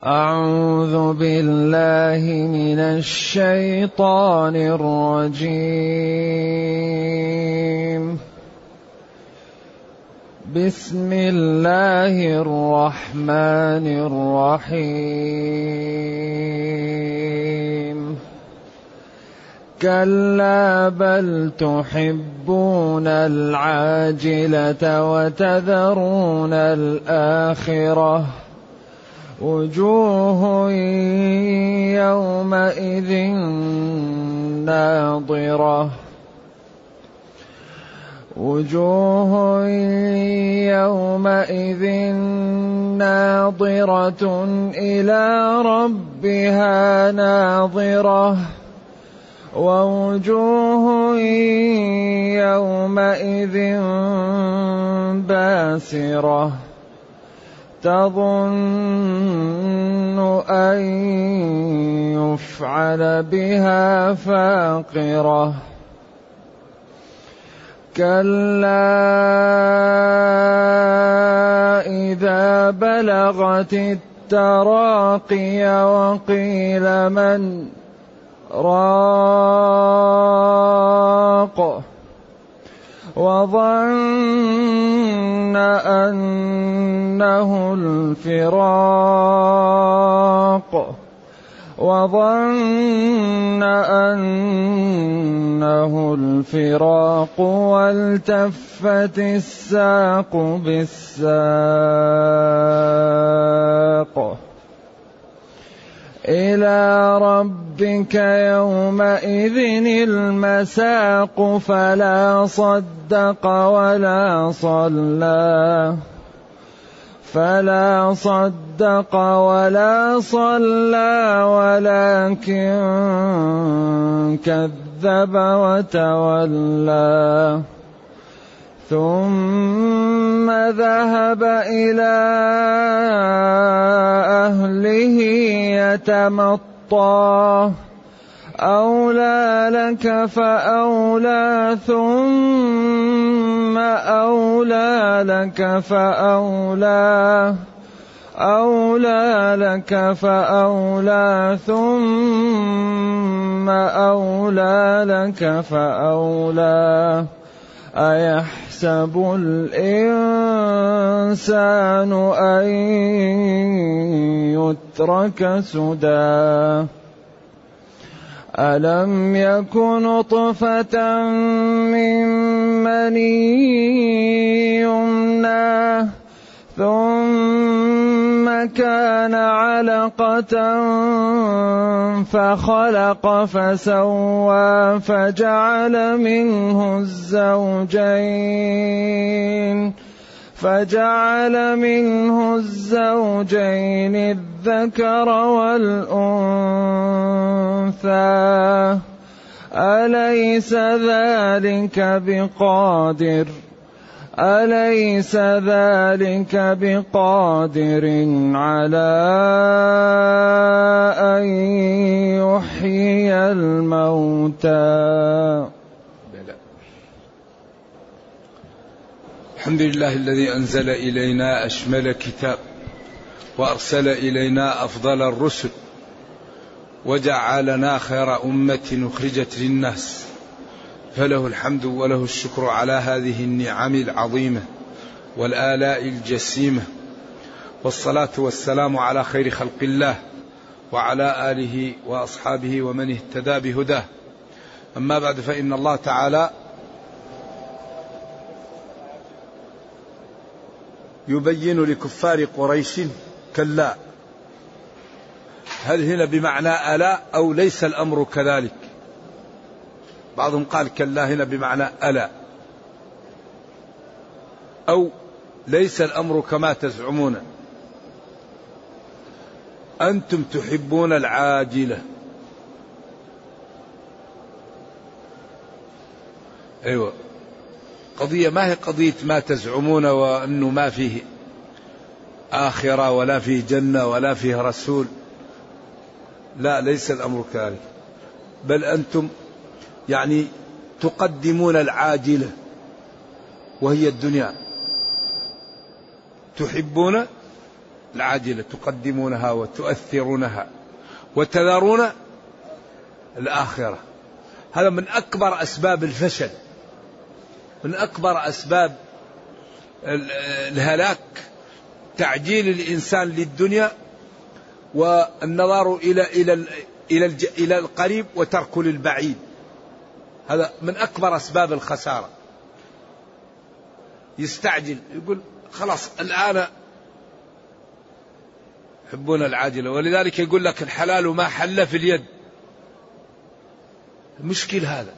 أعوذ بالله من الشيطان الرجيم. بسم الله الرحمن الرحيم. كلا بل تحبون العاجلة وتذرون الآخرة وجوه يومئذ ناضرة إلى ربها ناظرة ووجوه يومئذ باسرة تظن أن يفعل بها فاقرة. كلا إذا بلغت التراقي وقيل من راق وظن أنه الفراق والتفت الساق بالساق إلى ربك يومئذ المساق فلا صدق ولا صلى ولكن كذب وتولى ثم ذهب إلى أهله يتمطى أولى لك فأولى ثم أولى لك فأولى أيحسب الإنسان أن يترك سدى ألم يكن نطفة من مني يمنى ثم كان علقة فخلق فسوى فجعل منه الزوجين الذكر والأنثى أليس ذلك بقادر على أن يحيي الموتى. الحمد لله الذي أنزل إلينا أشمل كتاب وأرسل إلينا أفضل الرسل وجعلنا خير أمة أخرجت للناس، فله الحمد وله الشكر على هذه النعم العظيمة والآلاء الجسيمة، والصلاة والسلام على خير خلق الله وعلى آله وأصحابه ومن اهتدى بهداه. أما بعد، فإن الله تعالى يبين لكفار قريش كلا. هل هنا بمعنى ألا أو ليس الأمر كذلك؟ بعضهم قال كلا هنا بمعنى ألا، أو ليس الأمر كما تزعمون، أنتم تحبون العاجلة. أيوة، قضية ما هي قضية ما تزعمون وأنه ما فيه آخرة ولا فيه جنة ولا فيه رسول، لا، ليس الأمر كذلك، بل أنتم يعني تقدمون العاجلة وهي الدنيا، تحبون العاجلة تقدمونها وتؤثرونها وتذرون الآخرة. هذا من أكبر أسباب الفشل، من أكبر أسباب الهلاك، تعجيل الإنسان للدنيا والنظر إلى القريب وترك للبعيد. هذا من أكبر أسباب الخسارة. يستعجل يقول خلاص الآن يحبون العاجلة، ولذلك يقول لك الحلال ما حل في اليد. المشكل هذا.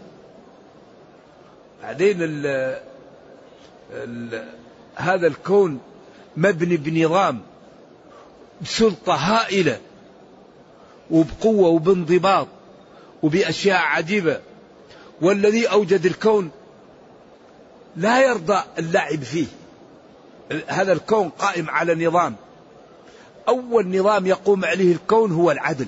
بعدين هذا الكون مبني بنظام، بسلطة هائلة وبقوة وبانضباط وبأشياء عجيبة، والذي أوجد الكون لا يرضى اللعب فيه. هذا الكون قائم على نظام، أول نظام يقوم عليه الكون هو العدل.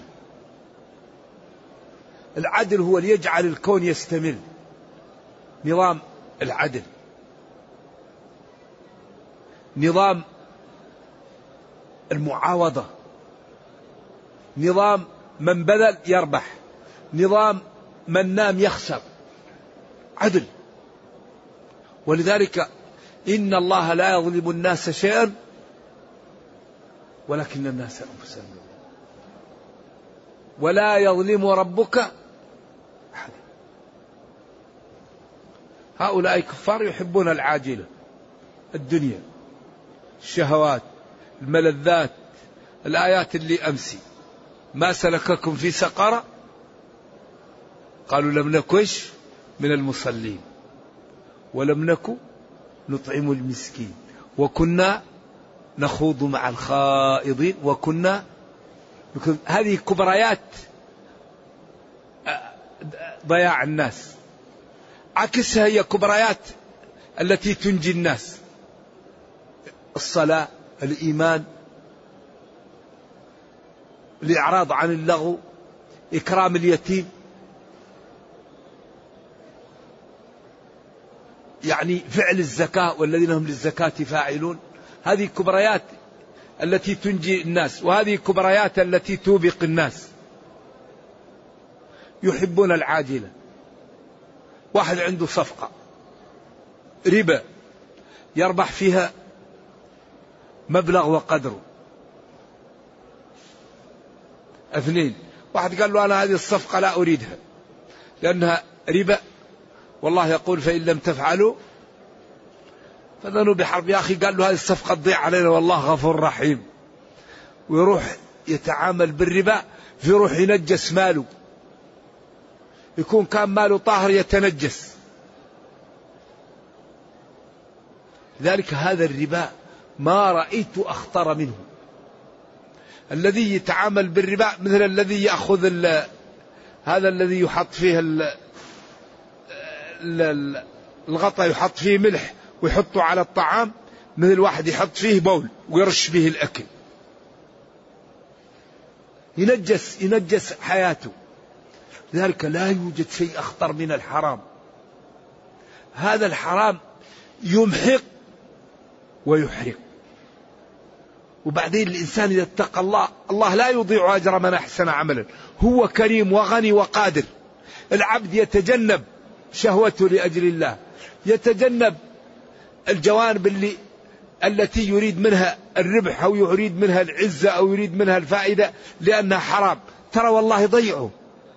العدل هو اللي يجعل الكون يستمر، نظام العدل، نظام المعاوضة، نظام من بذل يربح، نظام من نام يخسر، عدل. ولذلك إن الله لا يظلم الناس شيئا ولكن الناس أنفسهم، ولا يظلم ربك أحد. هؤلاء كفار يحبون العاجلة، الدنيا، الشهوات، الملذات. الآيات اللي أمسي ما سلككم في سقر قالوا لم نكش من المصلين ولم نك نطعم المسكين وكنا نخوض مع الخائضين وكنا. هذه كبريات ضياع الناس. عكسها هي كبريات التي تنجي الناس: الصلاة، الإيمان، الإعراض عن اللغو، إكرام اليتيم، يعني فعل الزكاة والذين هم للزكاة فاعلون. هذه كبريات التي تنجي الناس، وهذه كبريات التي توبق الناس. يحبون العاجلة. واحد عنده صفقة ربا يربح فيها مبلغ وقدره. اثنين، واحد قال له أنا هذه الصفقة لا أريدها لأنها ربا، والله يقول فإن لم تفعلوا فذنوا بحرب. يا أخي قال له هذه الصفقة تضيع علينا والله غفور رحيم، ويروح يتعامل بالربا، فيروح ينجس ماله، يكون كان ماله طاهر يتنجس. لذلك هذا الربا ما رأيت أخطر منه. الذي يتعامل بالربا مثل الذي يأخذ هذا الذي يحط فيه الغطاء، يحط فيه ملح ويحطه على الطعام، مثل واحد يحط فيه بول ويرش به الأكل، ينجس حياته. لذلك لا يوجد شيء أخطر من الحرام. هذا الحرام يمحق ويحرق. وبعدين الإنسان إذا اتقى الله، الله لا يضيع أجر من أحسن عملا. هو كريم وغني وقادر. العبد يتجنب شهوته لأجل الله، يتجنب الجوانب التي يريد منها الربح أو يريد منها العزة أو يريد منها الفائدة لأنها حرام. ترى والله ضيعه.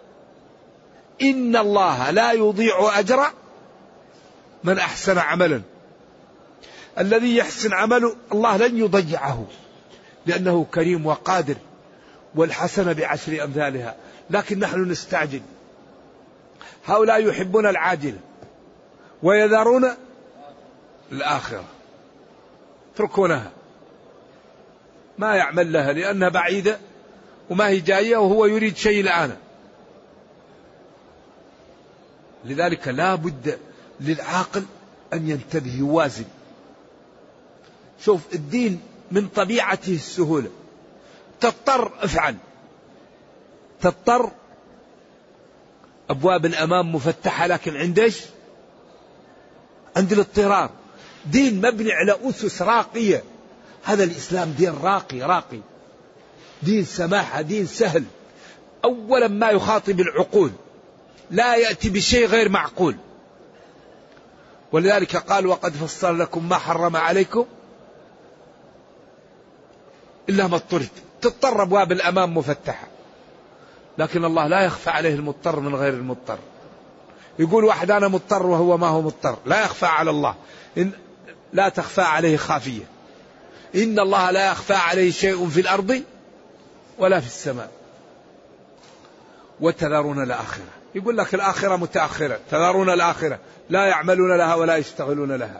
إن الله لا يضيع أجر من أحسن عملا. الذي يحسن عمله الله لن يضيعه لأنه كريم وقادر، والحسنة بعشر أمثالها. لكن نحن نستعجل. هؤلاء يحبون العاجلة ويذرون الآخرة، يتركونها، ما يعمل لها لأنها بعيدة وما هي جاية، وهو يريد شيء الآن. لذلك لا بد للعاقل أن ينتبه يوازن. شوف الدين من طبيعته السهولة، تضطر افعل، تضطر أبواب الأمام مفتحة، لكن عندش عند الاضطرار. دين مبني على أسس راقية. هذا الإسلام دين راقي، دين سماحة، دين سهل. أولا ما يخاطب العقول، لا يأتي بشيء غير معقول. ولذلك قال وقد فصل لكم ما حرم عليكم إلا ما اضطررتم. تضطر أبواب الأمام مفتحة، لكن الله لا يخفى عليه المضطر من غير المضطر. يقول واحد أنا مضطر وهو ما هو مضطر، لا يخفى على الله، لا تخفى عليه خافية. إن الله لا يخفى عليه شيء في الأرض ولا في السماء. وتذرون الآخرة، يقول لك الآخرة متأخرة، تذرون الآخرة، لا يعملون لها ولا يشتغلون لها.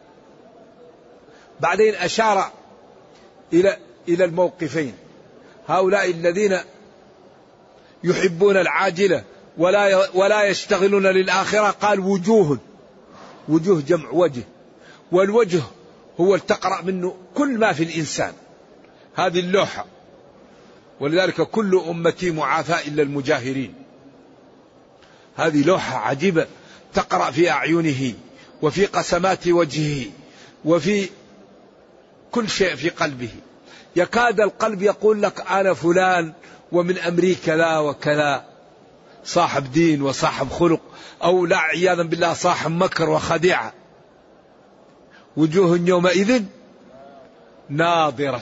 بعدين أشار إلى الموقفين، هؤلاء الذين يحبون العاجلة ولا يشتغلون للآخرة، قال وجوه جمع وجه، والوجه هو التقرأ منه كل ما في الإنسان، هذه اللوحة. ولذلك كل أمتي معافى إلا المجاهرين، هذه لوحة عجيبة تقرأ في أعينه وفي قسمات وجهه وفي كل شيء في قلبه. يكاد القلب يقول لك أنا فلان ومن أمري كذا وكذا، صاحب دين وصاحب خلق، أو لا عياذا بالله صاحب مكر وخديعة. وجوه يومئذ ناظرة،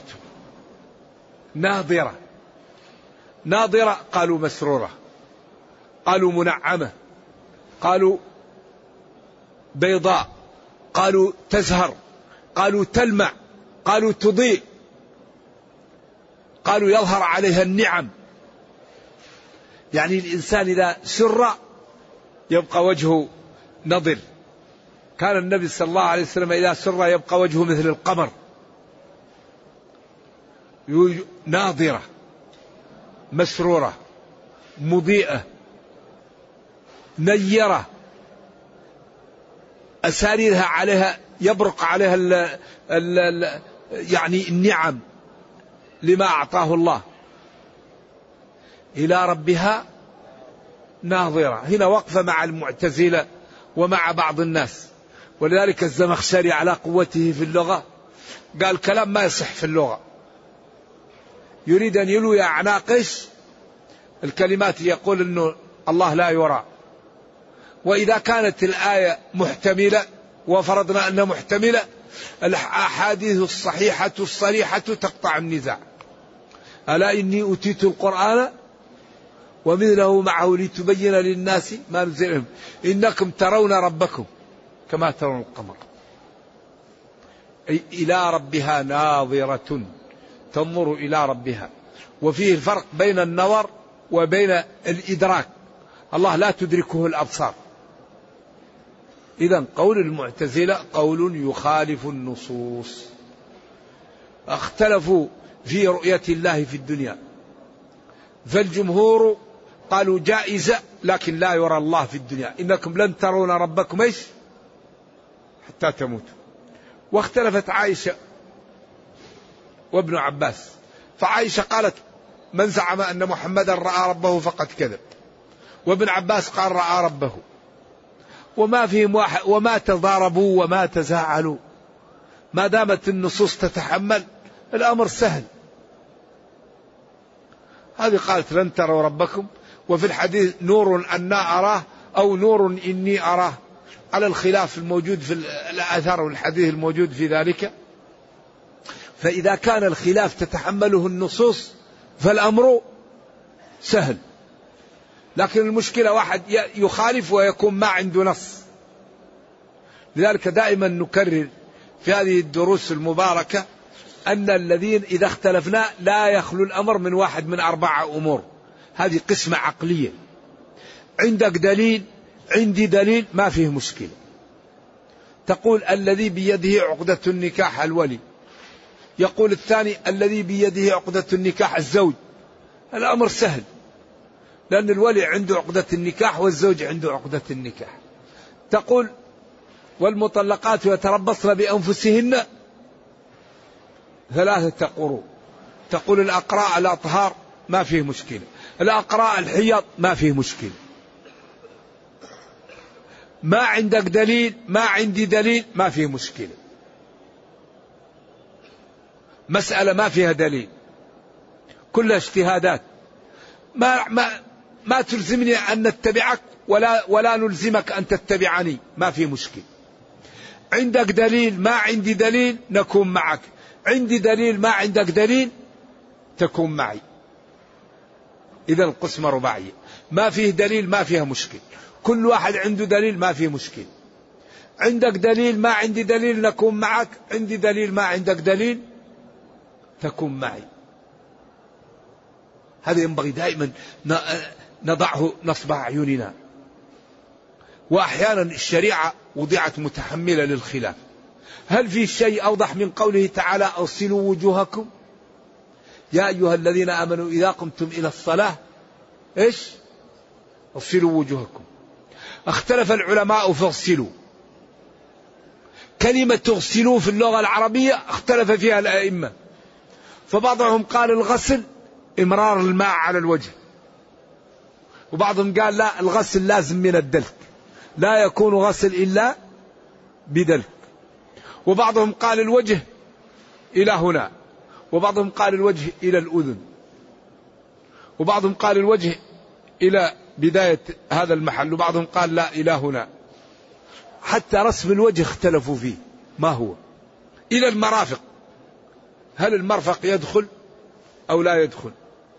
ناظرة قالوا مسرورة، قالوا منعمة، قالوا بيضاء، قالوا تزهر، قالوا تلمع، قالوا تضيء، قالوا يظهر عليها النعم. يعني الإنسان إذا سر يبقى وجهه نضر. كان النبي صلى الله عليه وسلم إذا سر يبقى وجهه مثل القمر. ناظرة، مسرورة، مضيئة، نيرة، أساريرها عليها يبرق عليها يعني النعم لما أعطاه الله. إلى ربها ناظرة، هنا وقفة مع المعتزلة ومع بعض الناس. ولذلك الزمخشري على قوته في اللغة قال كلام ما يصح في اللغة، يريد أن يلوي أعناقش الكلمات، يقول أنه الله لا يرى. وإذا كانت الآية محتملة وفرضنا أنها محتملة، الأحاديث الصحيحة الصريحة تقطع النزاع. ألا إني أوتيت القرآن ومثله معه لتبين للناس ما نزل إليهم إنكم ترون ربكم كما ترون القمر. أي إلى ربها ناظرة، تنظر إلى ربها. وفيه الفرق بين النظر وبين الإدراك، الله لا تدركه الأبصار. إذن قول المعتزلة قول يخالف النصوص. اختلفوا في رؤية الله في الدنيا، فالجمهور قالوا جائزة لكن لا يرى الله في الدنيا، إنكم لن ترون ربكم إيش حتى تموتوا. واختلفت عائشة وابن عباس، فعائشة قالت من زعم أن محمدا رأى ربه فقد كذب، وابن عباس قال رأى ربه، وما فيهم واحد، وما تضاربوا وما تزاعلوا. ما دامت النصوص تتحمل الأمر سهل. هذه قالت لن تروا ربكم، وفي الحديث نور أنا أراه أو نور إني أراه، على الخلاف الموجود في الآثار والحديث الموجود في ذلك. فإذا كان الخلاف تتحمله النصوص فالأمر سهل. لكن المشكلة واحد يخالف ويكون ما عنده نص. لذلك دائما نكرر في هذه الدروس المباركة أن الذين إذا اختلفنا لا يخلو الأمر من واحد من 4 أمور. هذه قسمة عقلية، عندك دليل عندي دليل ما فيه مشكلة. تقول الذي بيده عقدة النكاح الولي، يقول الثاني الذي بيده عقدة النكاح الزوج. الأمر سهل، لأن الولي عنده عقدة النكاح والزوج عنده عقدة النكاح. تقول والمطلقات يتربصن بأنفسهن 3 قروء. تقول الأقراء الأطهار ما فيه مشكلة، الأقراء الحيض ما فيه مشكلة. ما عندك دليل ما عندي دليل ما فيه مشكلة. مسألة ما فيها دليل، كلها اجتهادات، ما تلزمني أن نتبعك ولا نلزمك أن تتبعني، ما في مشكل. عندك دليل ما عندي دليل نكون معك، عندي دليل ما عندك دليل تكون معي. إذا القسمة رباعية، ما فيه دليل ما فيها مشكل، كل واحد عنده دليل ما فيه مشكل. عندك دليل ما عندي دليل نكون معك، عندي دليل ما عندك دليل تكون معي. هذا ينبغي دائما نضعه نصب أعيننا. وأحيانا الشريعة وضعت متحملة للخلاف. هل في شيء أوضح من قوله تعالى أغسلوا وجوهكم يا أيها الذين آمنوا إذا قمتم إلى الصلاة إيش؟ اغسلوا وجوهكم. اختلف العلماء في اغسلوا. كلمة تغسلوا في اللغة العربية اختلف فيها الأئمة، فبعضهم قال الغسل إمرار الماء على الوجه، وبعضهم قال لا، الغسل لازم من الدلك، لا يكون غسل إلا بدلك. وبعضهم قال الوجه إلى هنا، وبعضهم قال الوجه إلى الأذن، وبعضهم قال الوجه إلى بداية هذا المحل، وبعضهم قال لا إلى هنا. حتى رسم الوجه اختلفوا فيه ما هو، إلى المرافق، هل المرفق يدخل أو لا يدخل؟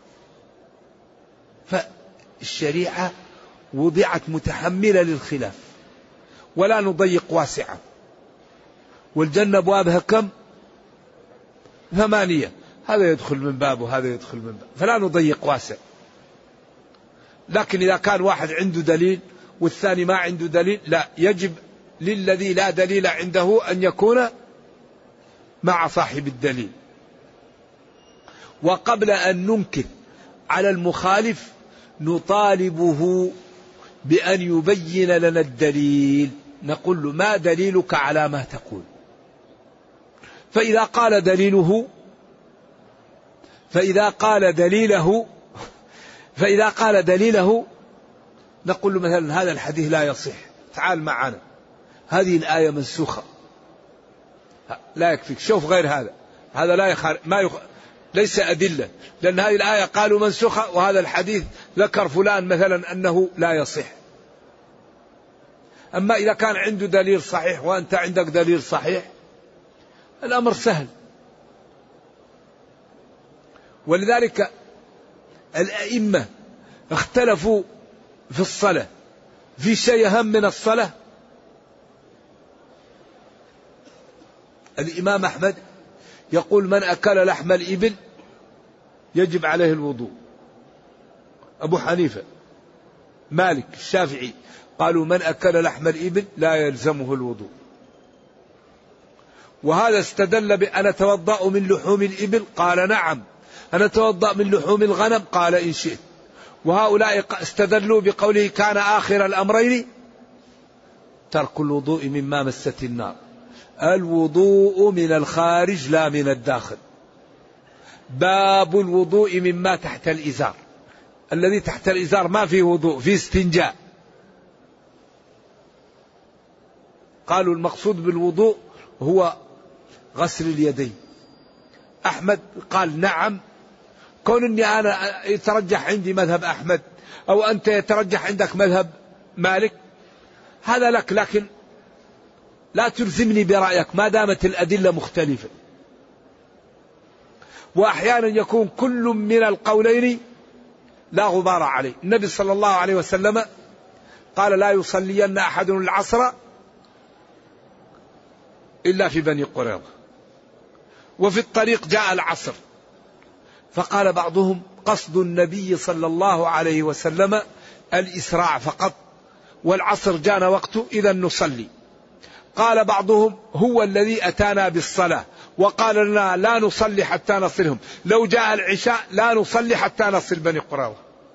فالشريعة وضعت متحملة للخلاف، ولا نضيق واسعة. والجنة أبوابها كم؟ 8، هذا يدخل من باب وهذا يدخل من باب، فلا نضيق واسع. لكن إذا كان واحد عنده دليل والثاني ما عنده دليل، لا، يجب للذي لا دليل عنده أن يكون مع صاحب الدليل. وقبل أن ننكر على المخالف نطالبه بأن يبين لنا الدليل، نقول له ما دليلك على ما تقول؟ فإذا قال دليله نقول له مثلا هذا الحديث لا يصح، تعال معنا، هذه الآية منسوخة، لا يكفيك، شوف غير هذا لا ليس أدلة، لأن هذه الآية قالوا منسوخة، وهذا الحديث ذكر فلان مثلا أنه لا يصح. أما إذا كان عنده دليل صحيح وأنت عندك دليل صحيح الأمر سهل. ولذلك الأئمة اختلفوا في الصلاة، في شيء أهم من الصلاة. الإمام أحمد يقول من أكل لحم الإبل يجب عليه الوضوء. أبو حنيفة، مالك، الشافعي قالوا من أكل لحم الإبل لا يلزمه الوضوء. وهذا استدل بأن أتوضأ من لحوم الإبل، قال نعم. أنا أتوضأ من لحوم الغنم، قال إن شئت. وهؤلاء استدلوا بقوله كان آخر الأمرين ترك الوضوء مما مست النار. الوضوء من الخارج لا من الداخل. باب الوضوء مما تحت الإزار، الذي تحت الإزار ما فيه وضوء، فيه استنجاء. قالوا المقصود بالوضوء هو غسل اليدين. أحمد قال نعم، كون أني أنا يترجح عندي مذهب أحمد أو أنت يترجح عندك مذهب مالك هذا لك، لكن لا تلزمني برأيك ما دامت الأدلة مختلفة. وأحيانا يكون كل من القولين لا غبار عليه. النبي صلى الله عليه وسلم قال لا يصلين أحد العصر إلا في بني قريظة، وفي الطريق جاء العصر، فقال بعضهم قصد النبي صلى الله عليه وسلم الإسراع فقط، والعصر جاءنا وقته إذا نصلي. قال بعضهم هو الذي أتانا بالصلاة وقال لنا لا نصلي حتى نصلهم، لو جاء العشاء لا نصلي حتى نصل بني قريظة.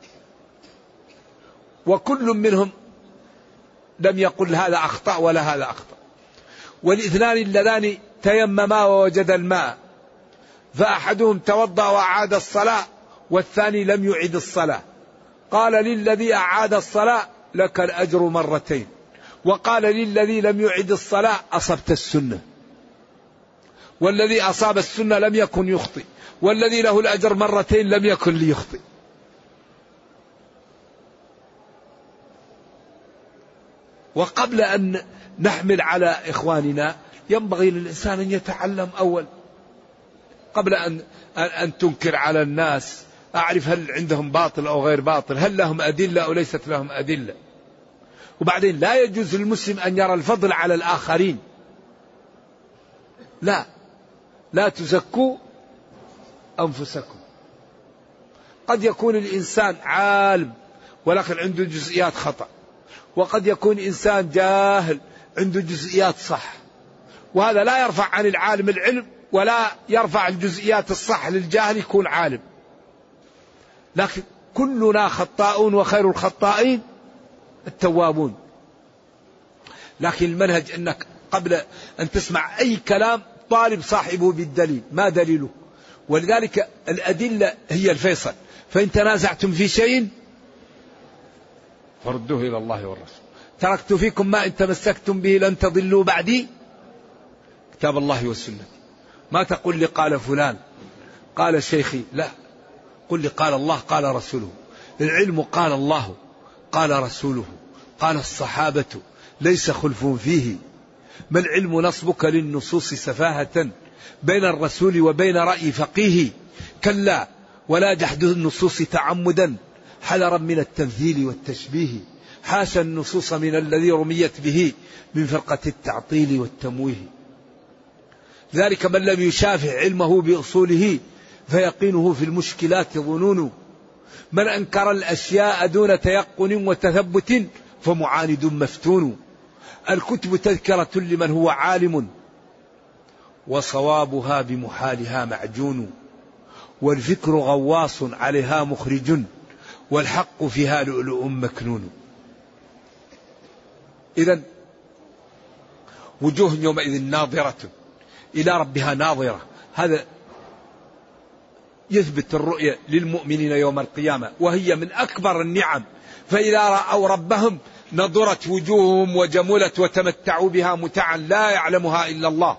وكل منهم لم يقل هذا أخطأ ولا هذا أخطأ. والاثنان اللذان تيمما ووجد الماء، فأحدهم توضأ وأعاد الصلاة والثاني لم يعد الصلاة، قال للذي أعاد الصلاة لك الأجر مرتين، وقال للذي لم يعد الصلاة أصبت السنة. والذي أصاب السنة لم يكن يخطئ، والذي له الأجر مرتين لم يكن ليخطئ. وقبل أن نحمل على إخواننا ينبغي للإنسان أن يتعلم أول، قبل أن تنكر على الناس أعرف هل عندهم باطل أو غير باطل، هل لهم أدلة أو ليست لهم أدلة. وبعدين لا يجوز للمسلم أن يرى الفضل على الآخرين، لا تزكوا أنفسكم. قد يكون الإنسان عالم ولكن عنده جزئيات خطأ، وقد يكون إنسان جاهل عنده جزئيات صح، وهذا لا يرفع عن العالم العلم ولا يرفع الجزئيات الصح للجاهل يكون عالم. لكن كلنا خطاؤون وخير الخطائين التوابون. لكن المنهج أنك قبل أن تسمع أي كلام طالب صاحبه بالدليل، ما دليله؟ ولذلك الأدلة هي الفيصل. فإن تنازعتم في شيء فردوه إلى الله والرسول. تركت فيكم ما إن تمسكتم به لن تضلوا بعدي، كتاب الله والسنة. ما تقول لي قال فلان قال شيخي، لا، قل لي قال الله قال رسوله. العلم قال الله قال رسوله قال الصحابة ليس خلف فيه. ما العلم نصبك للنصوص سفاهة بين الرسول وبين رأي فقيه. كلا ولا جحد النصوص تعمدا حذرا من التمثيل والتشبيه. حاشا النصوص من الذي رميت به من فرقة التعطيل والتمويه. ذلك من لم يشافع علمه بأصوله فيقينه في المشكلات ظنون. من أنكر الأشياء دون تيقن وتثبت فمعاند مفتون. الكتب تذكرة لمن هو عالم وصوابها بمحالها معجون. والفكر غواص عليها مخرج والحق فيها لؤلؤ مكنون. إذن وجوه يومئذ ناظرة إلى ربها ناظرة. هذا يثبت الرؤية للمؤمنين يوم القيامة، وهي من أكبر النعم. فإذا رأوا ربهم نضرت وجوههم وجملت وتمتعوا بها متعا لا يعلمها إلا الله.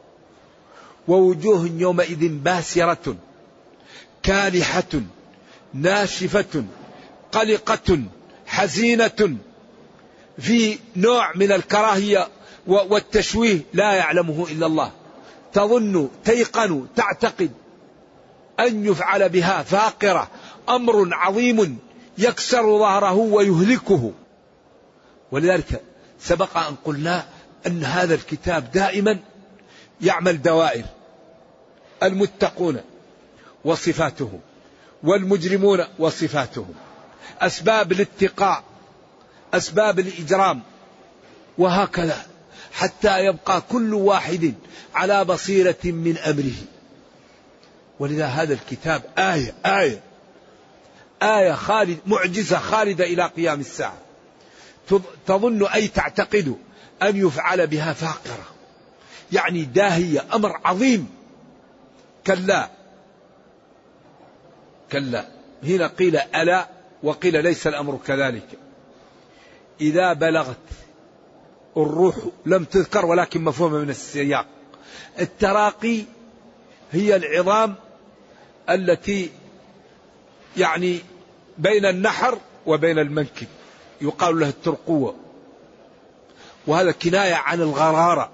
ووجوه يومئذ باسرة كالحة ناشفة قلقة حزينة، في نوع من الكراهية والتشويه لا يعلمه إلا الله. تظن تيقن تعتقد أن يفعل بها فاقرة، أمر عظيم يكسر ظهره ويهلكه. ولذلك سبق أن قلنا أن هذا الكتاب دائما يعمل دوائر: المتقون وصفاتهم، والمجرمون وصفاتهم، أسباب الاتقاء، أسباب الإجرام، وهكذا حتى يبقى كل واحد على بصيرة من أمره. ولذا هذا الكتاب آية خالد، معجزة خالدة إلى قيام الساعة. تظن أي تعتقد أن يفعل بها فاقرة، يعني داهية، أمر عظيم. كلا هنا قيل ألا وقيل ليس الأمر كذلك. إذا بلغت الروح لم تذكر ولكن مفهومة من السياق. التراقي هي العظام التي يعني بين النحر وبين المنكب، يقال لها الترقوة، وهذا كناية عن الغرارة.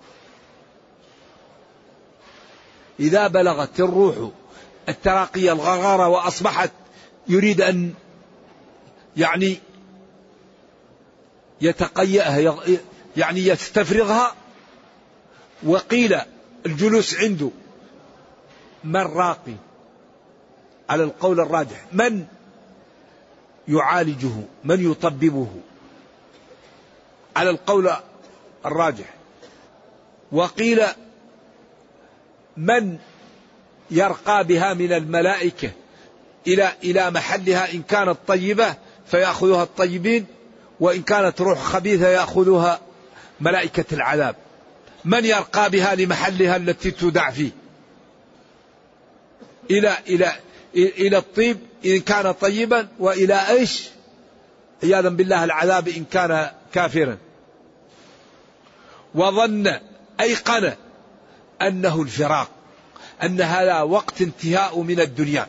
إذا بلغت الروح التراقية الغرارة وأصبحت يريد أن يعني يتقيأها، يعني يستفرغها. وقيل الجلوس عنده من راقي على القول الراجح، من يعالجه، من يطببه على القول الراجح. وقيل من يرقى بها من الملائكة إلى محلها، إن كانت طيبة فيأخذها الطيبين، وإن كانت روح خبيثة يأخذها ملائكة العذاب. من يرقى بها لمحلها التي تودع فيه إلى الطيب إن كان طيبا، وإلى إيش؟ عياذا بالله العذاب إن كان كافرا. وظن أيقن أنه الفراق، أن هذا وقت انتهاء من الدنيا.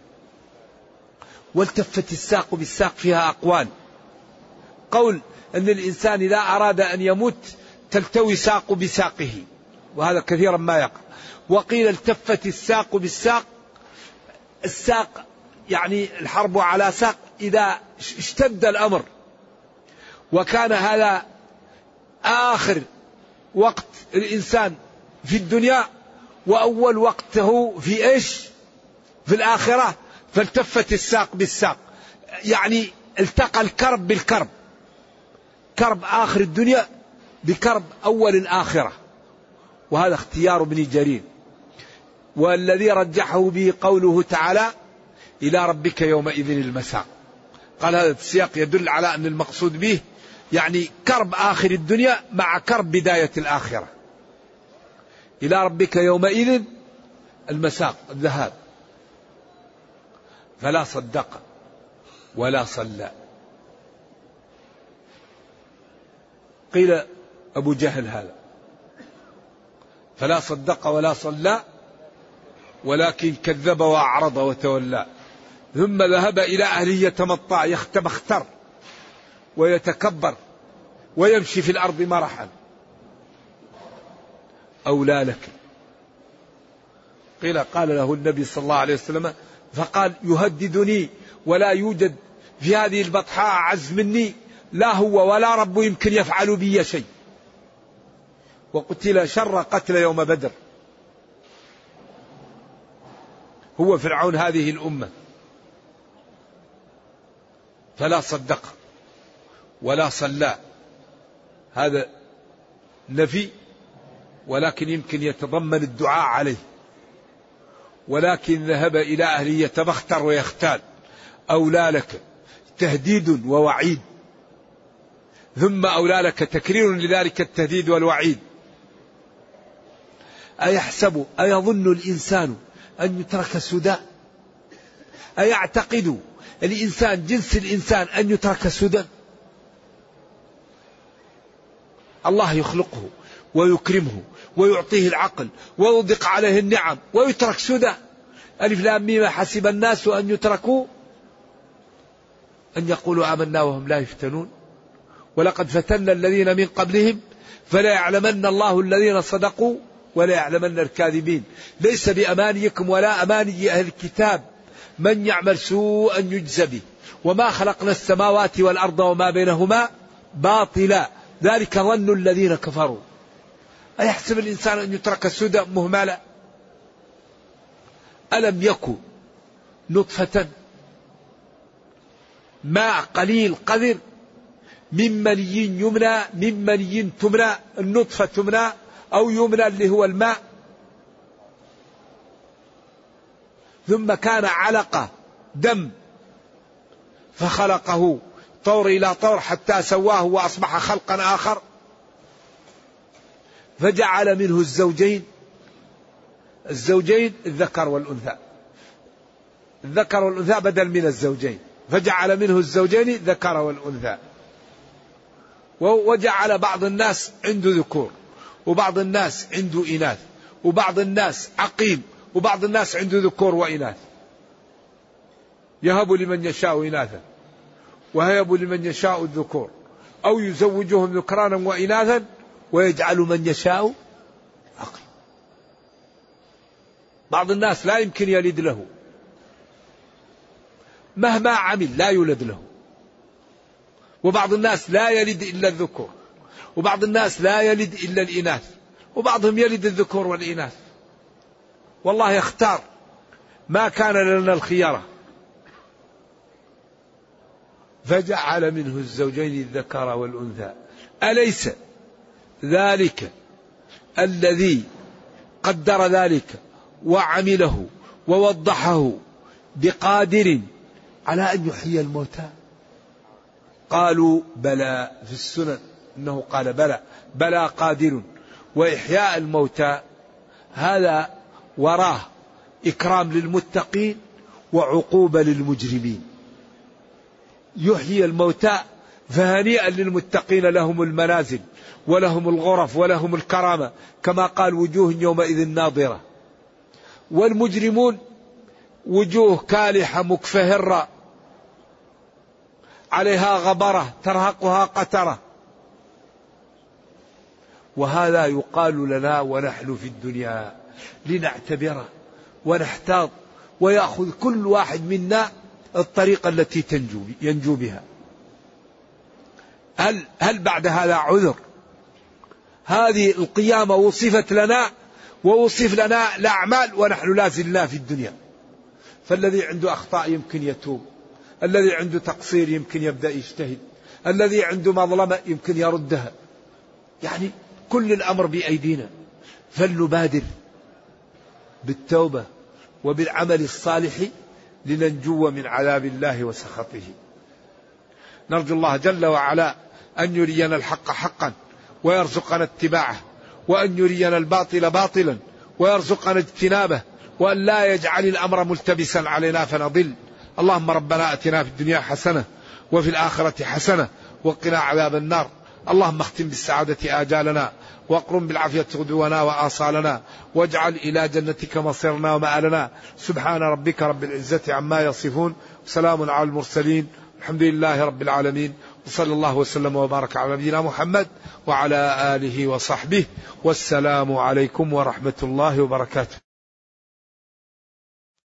والتفت الساق بالساق فيها أقوال، قول أن الإنسان إذا أراد أن يموت تلتوي ساق بساقه، وهذا كثيرا ما يقع. وقيل التفت الساق بالساق، الساق يعني الحرب على ساق إذا اشتد الأمر، وكان هذا آخر وقت الإنسان في الدنيا وأول وقته في إيش؟ في الآخرة، فالتفت الساق بالساق، يعني التقى الكرب بالكرب، كرب آخر الدنيا بكرب أول الآخرة. وهذا اختيار ابن جرير، والذي رجحه به قوله تعالى إلى ربك يومئذ المساق. قال هذا السياق يدل على أن المقصود به يعني كرب آخر الدنيا مع كرب بداية الآخرة. إلى ربك يومئذ المساق، الذهاب. فلا صدق ولا صلى. قيل أبو جهل هذا، فلا صدق ولا صلى ولكن كذب وأعرض وتولى، ثم ذهب إلى أهله يتمطع يختبختر ويتكبر ويمشي في الأرض مرحا. أولى لك. قيل قال له النبي صلى الله عليه وسلم، فقال يهددني ولا يوجد في هذه البطحاء أعز مني، لا هو ولا رب يمكن يفعل بي شيء. وقتل شر قتل يوم بدر، هو فرعون هذه الأمة. فلا صدق ولا صلى، هذا نفي ولكن يمكن يتضمن الدعاء عليه. ولكن ذهب إلى أهله يتبختر ويختال، أولى لك، تهديد ووعيد، ثم أولى لك تكرير لذلك التهديد والوعيد. أيحسب أيظن الإنسان أن يترك سدى؟ أيعتقد الإنسان جنس الإنسان أن يترك سدى؟ الله يخلقه ويكرمه ويعطيه العقل ويضيق عليه النعم ويترك سدى. ألف لام ميم حسب الناس أن يتركوا أن يقولوا آمنا وهم لا يفتنون ولقد فتنا الذين من قبلهم فلا يعلمن الله الذين صدقوا ولا يعلمن الكاذبين. ليس بأمانيكم ولا أماني أهل الكتاب من يعمل سوءا يجزى به وما خلقنا السماوات والأرض وما بينهما باطلا ذلك ظن الذين كفروا. أيحسب الإنسان أن يترك سدى مهملا؟ ألم يكن نطفة ماء قليل قذر من مني يمنى من مني تمنى، النطفة تمنى أو يمنى اللي هو الماء، ثم كان علقة دم فخلقه طور إلى طور حتى سواه وأصبح خلقا آخر، فجعل منه الزوجين الذكر والأنثى، الذكر والأنثى بدل من الزوجين، فجعل منه الزوجين الذكر والأنثى. وجعل بعض الناس عنده ذكور وبعض الناس عنده إناث وبعض الناس عقيم وبعض الناس عنده ذكور وإناث، يهب لمن يشاء إناثا ويهب لمن يشاء الذكور أو يزوجهم ذكرانا وإناثا ويجعل من يشاء عقيم. بعض الناس لا يمكن يلد له، مهما عمل لا يولد له، وبعض الناس لا يلد إلا الذكور وبعض الناس لا يلد إلا الإناث وبعضهم يلد الذكور والإناث. والله يختار، ما كان لنا الخيارة. فجعل منه الزوجين الذكر والأنثى أليس ذلك الذي قدر ذلك وعمله ووضحه بقادر على أن يحيي الموتى؟ قالوا بلى، في السنن أنه قال بلى قادر. وإحياء الموتى هذا وراه إكرام للمتقين وعقوبة للمجرمين. يحيي الموتى فهنيئا للمتقين لهم المنازل ولهم الغرف ولهم الكرامة، كما قال وجوه يومئذ ناظرة. والمجرمون وجوه كالحة مكفهرة عليها غبرة ترهقها قترة. وهذا يقال لنا ونحن في الدنيا لنعتبر ونحتاط، ويأخذ كل واحد منا الطريقة التي ينجو بها. هل بعد هذا عذر؟ هذه القيامة وصفت لنا ووصف لنا الأعمال ونحن لا زلنا في الدنيا. فالذي عنده أخطاء يمكن يتوب، الذي عنده تقصير يمكن يبدأ يجتهد، الذي عنده مظلمة يمكن يردها. يعني كل الأمر بأيدينا، فلنبادر بالتوبة وبالعمل الصالح لننجو من عذاب الله وسخطه. نرجو الله جل وعلا أن يرينا الحق حقا ويرزقنا اتباعه، وأن يرينا الباطل باطلا ويرزقنا اجتنابه، وأن لا يجعل الأمر ملتبسا علينا فنضل. اللهم ربنا أتنا في الدنيا حسنة وفي الآخرة حسنة وقنا عذاب النار. اللهم اختم بالسعادة آجالنا، واقرم بالعافية غدونا وآصالنا، واجعل إلى جنتك مصيرنا ومآلنا. سبحان ربك رب العزة عما يصفون، وسلام على المرسلين، الحمد لله رب العالمين، وصلى الله وسلم وبارك على نبينا محمد وعلى آله وصحبه، والسلام عليكم ورحمة الله وبركاته.